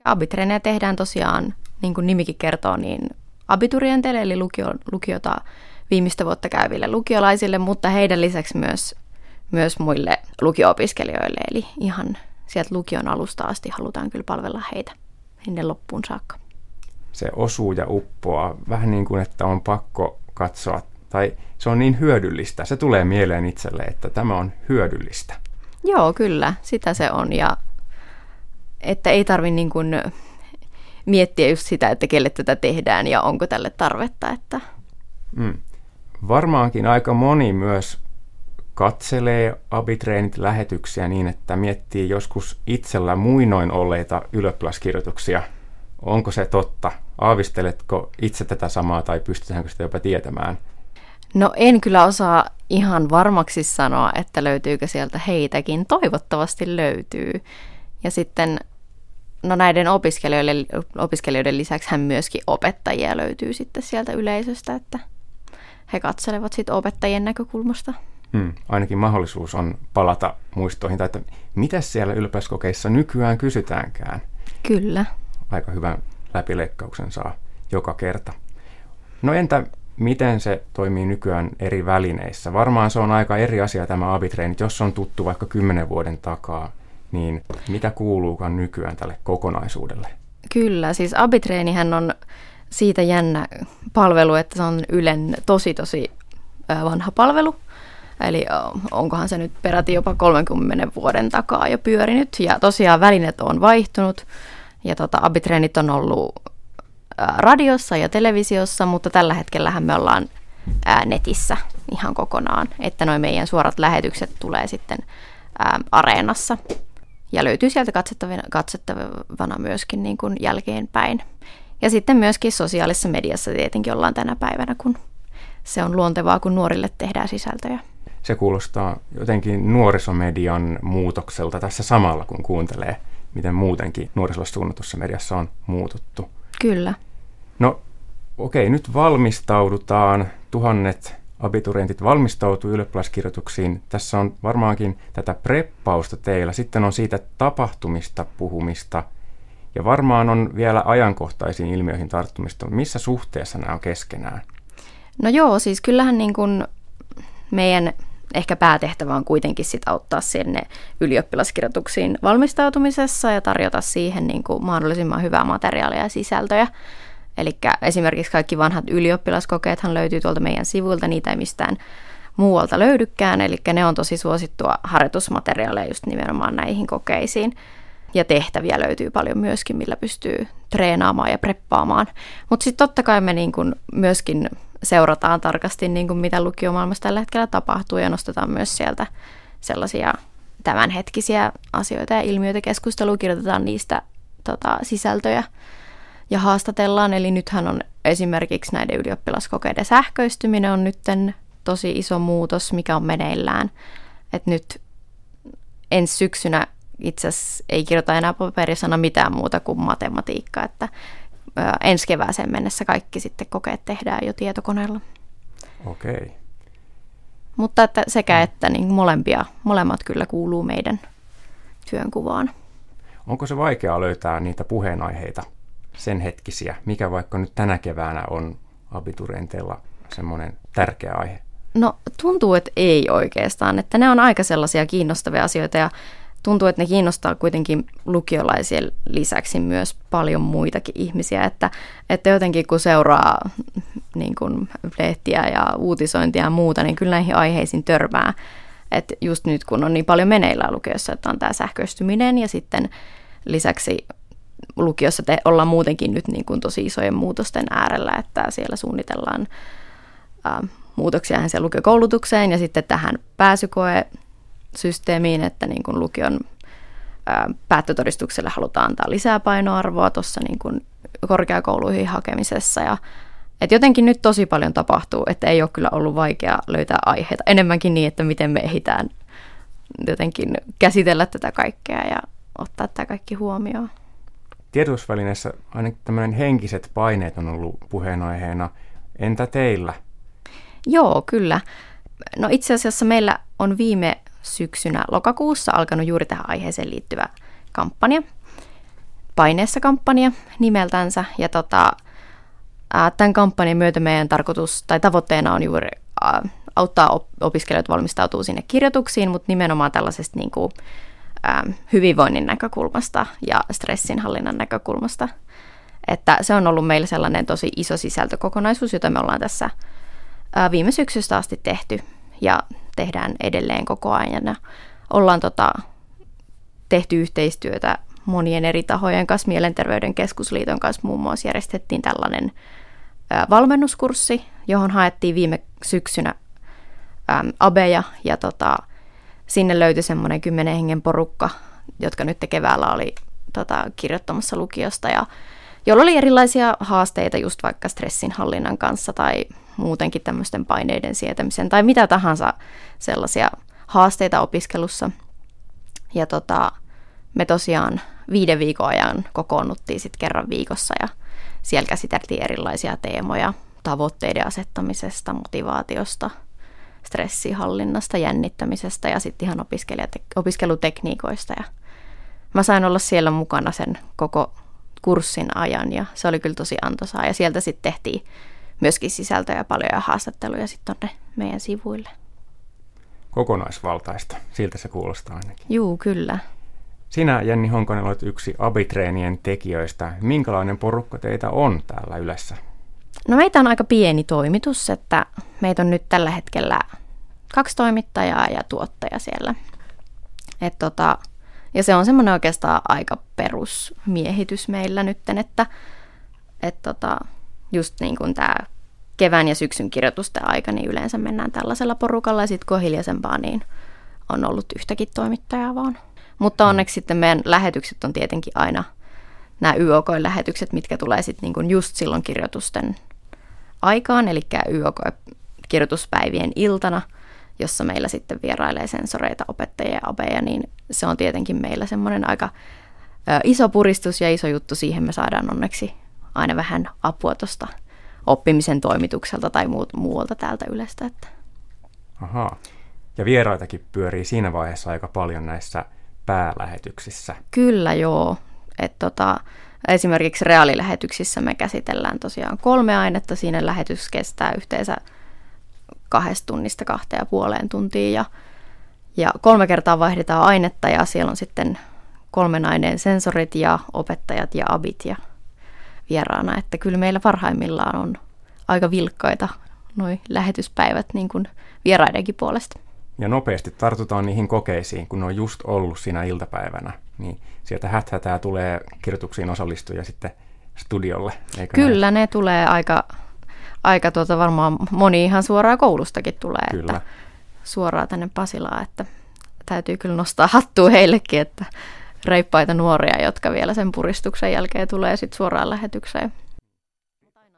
abitreenejä tehdään tosiaan, niin kuin nimikin kertoo, niin abiturienteille, eli lukiota viimeistä vuotta käyville lukiolaisille, mutta heidän lisäksi myös muille lukio-opiskelijoille, eli ihan sieltä lukion alusta asti halutaan kyllä palvella heitä ennen loppuun saakka. Se osuu ja uppoaa vähän niin kuin, että on pakko katsoa, tai se on niin hyödyllistä. Se tulee mieleen itselle, että tämä on hyödyllistä. Joo, kyllä, sitä se on, ja että ei tarvitse niin kuin miettiä just sitä, että kelle tätä tehdään ja onko tälle tarvetta. Että. Varmaankin aika moni myös katselee abitreenit lähetyksiä niin, että miettii joskus itsellä muinoin olleita ylioppilaskirjoituksia. Onko se totta? Aavisteletko itse tätä samaa tai pystytäänkö sitä jopa tietämään? No en kyllä osaa ihan varmaksi sanoa, että löytyykö sieltä heitäkin. Toivottavasti löytyy. Ja sitten näiden opiskelijoiden lisäksi hän myöskin opettajia löytyy sitten sieltä yleisöstä, että he katselevat sitten opettajien näkökulmasta. Ainakin mahdollisuus on palata muistoihin, tai että mitä siellä ylioppilaskokeissa nykyään kysytäänkään. Kyllä. Aika hyvän läpileikkauksen saa joka kerta. No entä miten se toimii nykyään eri välineissä? Varmaan se on aika eri asia tämä abitreenit, jos on tuttu vaikka 10 vuoden takaa, niin mitä kuuluukaan nykyään tälle kokonaisuudelle? Kyllä, siis abitreenihän on siitä jännä palvelu, että se on Ylen tosi vanha palvelu. Eli onkohan se nyt peräti jopa 30 vuoden takaa jo pyörinyt. Ja tosiaan välineet on vaihtunut ja abitreenit on ollut radiossa ja televisiossa, mutta tällä hetkellähän me ollaan netissä ihan kokonaan. Että noi meidän suorat lähetykset tulee sitten Areenassa ja löytyy sieltä katsottavana myöskin niin kuin jälkeenpäin. Ja sitten myöskin sosiaalisessa mediassa tietenkin ollaan tänä päivänä, kun se on luontevaa, kun nuorille tehdään sisältöjä. Se kuulostaa jotenkin nuorisomedian muutokselta tässä samalla, kun kuuntelee, miten muutenkin nuorisolle suunnatussa mediassa on muututtu. Kyllä. No okei, nyt valmistaudutaan. Tuhannet abiturientit valmistautuu ylioppilaskirjoituksiin. Tässä on varmaankin tätä preppausta teillä. Sitten on siitä tapahtumista puhumista. Ja varmaan on vielä ajankohtaisiin ilmiöihin tarttumista. Missä suhteessa nämä on keskenään? No joo, siis kyllähän niin kuin meidän ehkä päätehtävä on kuitenkin sit auttaa sinne ylioppilaskirjoituksiin valmistautumisessa ja tarjota siihen niin kuin mahdollisimman hyvää materiaalia ja sisältöjä. Eli esimerkiksi kaikki vanhat ylioppilaskokeethan löytyy tuolta meidän sivuilta, niitä ei mistään muualta löydykään. Eli ne on tosi suosittua harjoitusmateriaalia just nimenomaan näihin kokeisiin. Ja tehtäviä löytyy paljon myöskin, millä pystyy treenaamaan ja preppaamaan. Mutta sitten totta kai me niin kun myöskin seurataan tarkasti, niin kun mitä lukiomaailmassa tällä hetkellä tapahtuu, ja nostetaan myös sieltä sellaisia tämänhetkisiä asioita ja ilmiöitä keskustelua, kirjoitetaan niistä sisältöjä ja haastatellaan. Eli nythän on esimerkiksi näiden ylioppilaskokeiden sähköistyminen on nyt tosi iso muutos, mikä on meneillään. Et nyt ensi syksynä itse asiassa ei kirjoita enää paperisana mitään muuta kuin matematiikkaa, että ensi kevääseen mennessä kaikki sitten kokeet tehdään jo tietokoneella. Okei. Mutta että sekä että niin molemmat kyllä kuuluu meidän työnkuvaan. Onko se vaikeaa löytää niitä puheenaiheita, sen hetkisiä, mikä vaikka nyt tänä keväänä on abiturienteilla semmoinen tärkeä aihe? No tuntuu, että ei oikeastaan, että ne on aika sellaisia kiinnostavia asioita ja tuntuu, että ne kiinnostaa kuitenkin lukiolaisien lisäksi myös paljon muitakin ihmisiä, että jotenkin kun seuraa niin kuin lehtiä ja uutisointia ja muuta, niin kyllä näihin aiheisiin törmää. Että just nyt kun on niin paljon meneillään lukiossa, että on tämä sähköistyminen ja sitten lisäksi lukiossa ollaan muutenkin nyt niin kuin tosi isojen muutosten äärellä, että siellä suunnitellaan muutoksia siellä lukiokoulutukseen ja sitten tähän pääsykoesysteemiin, että niin kuin lukion päättötodistukselle halutaan antaa lisää painoarvoa tuossa niin kuin korkeakouluihin hakemisessa. Ja, että jotenkin nyt tosi paljon tapahtuu, että ei ole kyllä ollut vaikea löytää aiheita. Enemmänkin niin, että miten me ehditään jotenkin käsitellä tätä kaikkea ja ottaa tämä kaikki huomioon. Tiedotusvälineessä ainakin tämmöinen henkiset paineet on ollut puheenaiheena. Entä teillä? Joo, kyllä. No itse asiassa meillä on viime syksynä lokakuussa alkanut juuri tähän aiheeseen liittyvä kampanja. Paineessa kampanja nimeltänsä, ja tämän kampanjan myötä meidän tavoitteena on juuri auttaa opiskelijoita valmistautuu sinne kirjoituksiin, mutta nimenomaan tällaisesta niin kuin, hyvinvoinnin näkökulmasta ja stressinhallinnan näkökulmasta. Että se on ollut meillä sellainen tosi iso sisältökokonaisuus, jota me ollaan tässä viime syksystä asti tehty ja tehdään edelleen koko ajan. Ja ollaan tehty yhteistyötä monien eri tahojen kanssa, Mielenterveyden keskusliiton kanssa muun muassa järjestettiin tällainen valmennuskurssi, johon haettiin viime syksynä abeja, ja sinne löytyi semmoinen 10 hengen porukka, jotka nyt keväällä oli kirjoittamassa lukiosta, ja jolla oli erilaisia haasteita just vaikka stressinhallinnan kanssa tai muutenkin tämmöisten paineiden sietämisen tai mitä tahansa sellaisia haasteita opiskelussa. Ja me tosiaan 5 viikon ajan kokoonnuttiin sitten kerran viikossa ja siellä käsiteltiin erilaisia teemoja tavoitteiden asettamisesta, motivaatiosta, stressinhallinnasta, jännittämisestä ja sitten ihan opiskelutekniikoista. Ja mä sain olla siellä mukana sen koko kurssin ajan ja se oli kyllä tosi antoisaa. Ja sieltä sitten tehtiin myöskin sisältöjä paljon ja haastatteluja sitten tonne meidän sivuille. Kokonaisvaltaista, siltä se kuulostaa ainakin. Juu, kyllä. Sinä, Jenni Honkonen, olet yksi abitreenien tekijöistä. Minkälainen porukka teitä on täällä Ylessä? No meitä on aika pieni toimitus, että meitä on nyt tällä hetkellä 2 toimittajaa ja tuottaja siellä. Ja se on semmoinen oikeastaan aika perusmiehitys meillä nytten, että just niin kuin tämä kevään ja syksyn kirjoitusten aika, niin yleensä mennään tällaisella porukalla ja sitten kun on hiljaisempaa, niin on ollut yhtäkin toimittajaa vaan. Mutta onneksi sitten meidän lähetykset on tietenkin aina nämä YOK-lähetykset, mitkä tulee sitten niin kuin just silloin kirjoitusten aikaan, eli YOK-kirjoituspäivien iltana, jossa meillä sitten vierailee sensoreita, opettajia ja abeja, niin se on tietenkin meillä semmoinen aika iso puristus ja iso juttu. Siihen me saadaan onneksi aina vähän apua tuosta oppimisen toimitukselta tai muualta täältä Ylestä. Että. Ahaa. Ja vieraitakin pyörii siinä vaiheessa aika paljon näissä päälähetyksissä. Kyllä joo. Esimerkiksi reaalilähetyksissä me käsitellään tosiaan 3 ainetta. Siinä lähetys kestää yhteensä 2 tunnista 2,5 tuntia ja 3 kertaa vaihdetaan ainetta ja siellä on sitten 3 aineen sensorit ja opettajat ja abit ja vieraana. Että kyllä meillä parhaimmillaan on aika vilkkaita noi lähetyspäivät niin kuin vieraidenkin puolesta. Ja nopeasti tartutaan niihin kokeisiin, kun ne on just ollut siinä iltapäivänä. Niin sieltä häthätää tulee kirjoituksiin osallistujia sitten studiolle. Eikö kyllä näin? Ne tulee aika varmaan moni ihan suoraan koulustakin tulee. Kyllä. Että suoraan tänne Pasilaan, että täytyy kyllä nostaa hattua heillekin, että reippaita nuoria, jotka vielä sen puristuksen jälkeen tulee sitten suoraan lähetykseen.